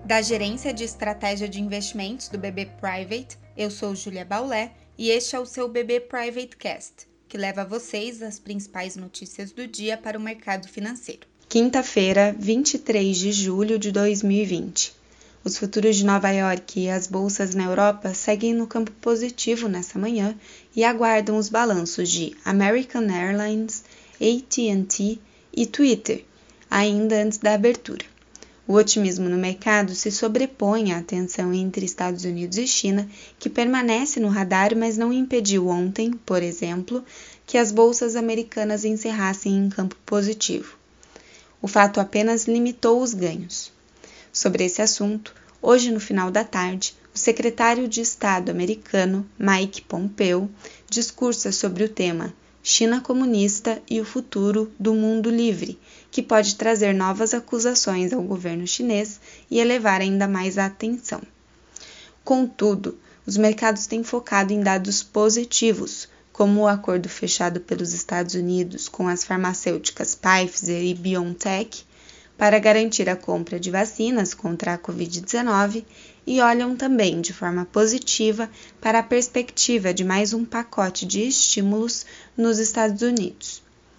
Da Gerência de Estratégia de Investimentos do BB Private, eu sou Júlia Baulé e este é o seu BB Private Cast, que leva a vocês as principais notícias do dia para o mercado financeiro. Quinta-feira, 23 de julho de 2020. Os futuros de Nova York e as bolsas na Europa seguem no campo positivo nessa manhã e aguardam os balanços de American Airlines, AT&T e Twitter, ainda antes da abertura. O otimismo no mercado se sobrepõe à tensão entre Estados Unidos e China, que permanece no radar, mas não impediu ontem, por exemplo, que as bolsas americanas encerrassem em campo positivo. O fato apenas limitou os ganhos. Sobre esse assunto, hoje no final da tarde, o secretário de Estado americano, Mike Pompeo, discursa sobre o tema China comunista e o futuro do mundo livre, que pode trazer novas acusações ao governo chinês e elevar ainda mais a atenção. Contudo, os mercados têm focado em dados positivos, como o acordo fechado pelos Estados Unidos com as farmacêuticas Pfizer e BioNTech para garantir a compra de vacinas contra a Covid-19 e olham também de forma positiva para a perspectiva de mais um pacote de estímulos nos Estados Unidos.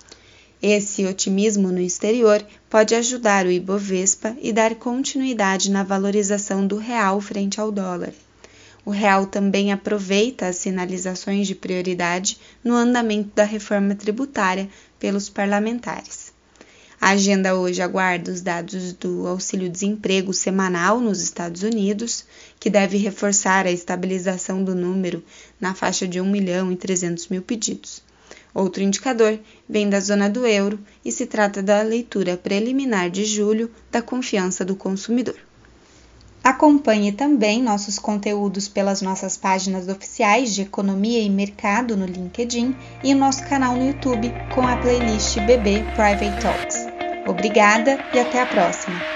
Esse otimismo no exterior pode ajudar o Ibovespa e dar continuidade na valorização do real frente ao dólar. O real também aproveita as sinalizações de prioridade no andamento da reforma tributária pelos parlamentares. A agenda hoje aguarda os dados do auxílio-desemprego semanal nos Estados Unidos, que deve reforçar a estabilização do número na faixa de 1.300.000 pedidos. Outro indicador vem da zona do euro e se trata da leitura preliminar de julho da confiança do consumidor. Acompanhe também nossos conteúdos pelas nossas páginas oficiais de Economia e Mercado no LinkedIn e o nosso canal no YouTube com a playlist BB Private Talks. Obrigada e até a próxima!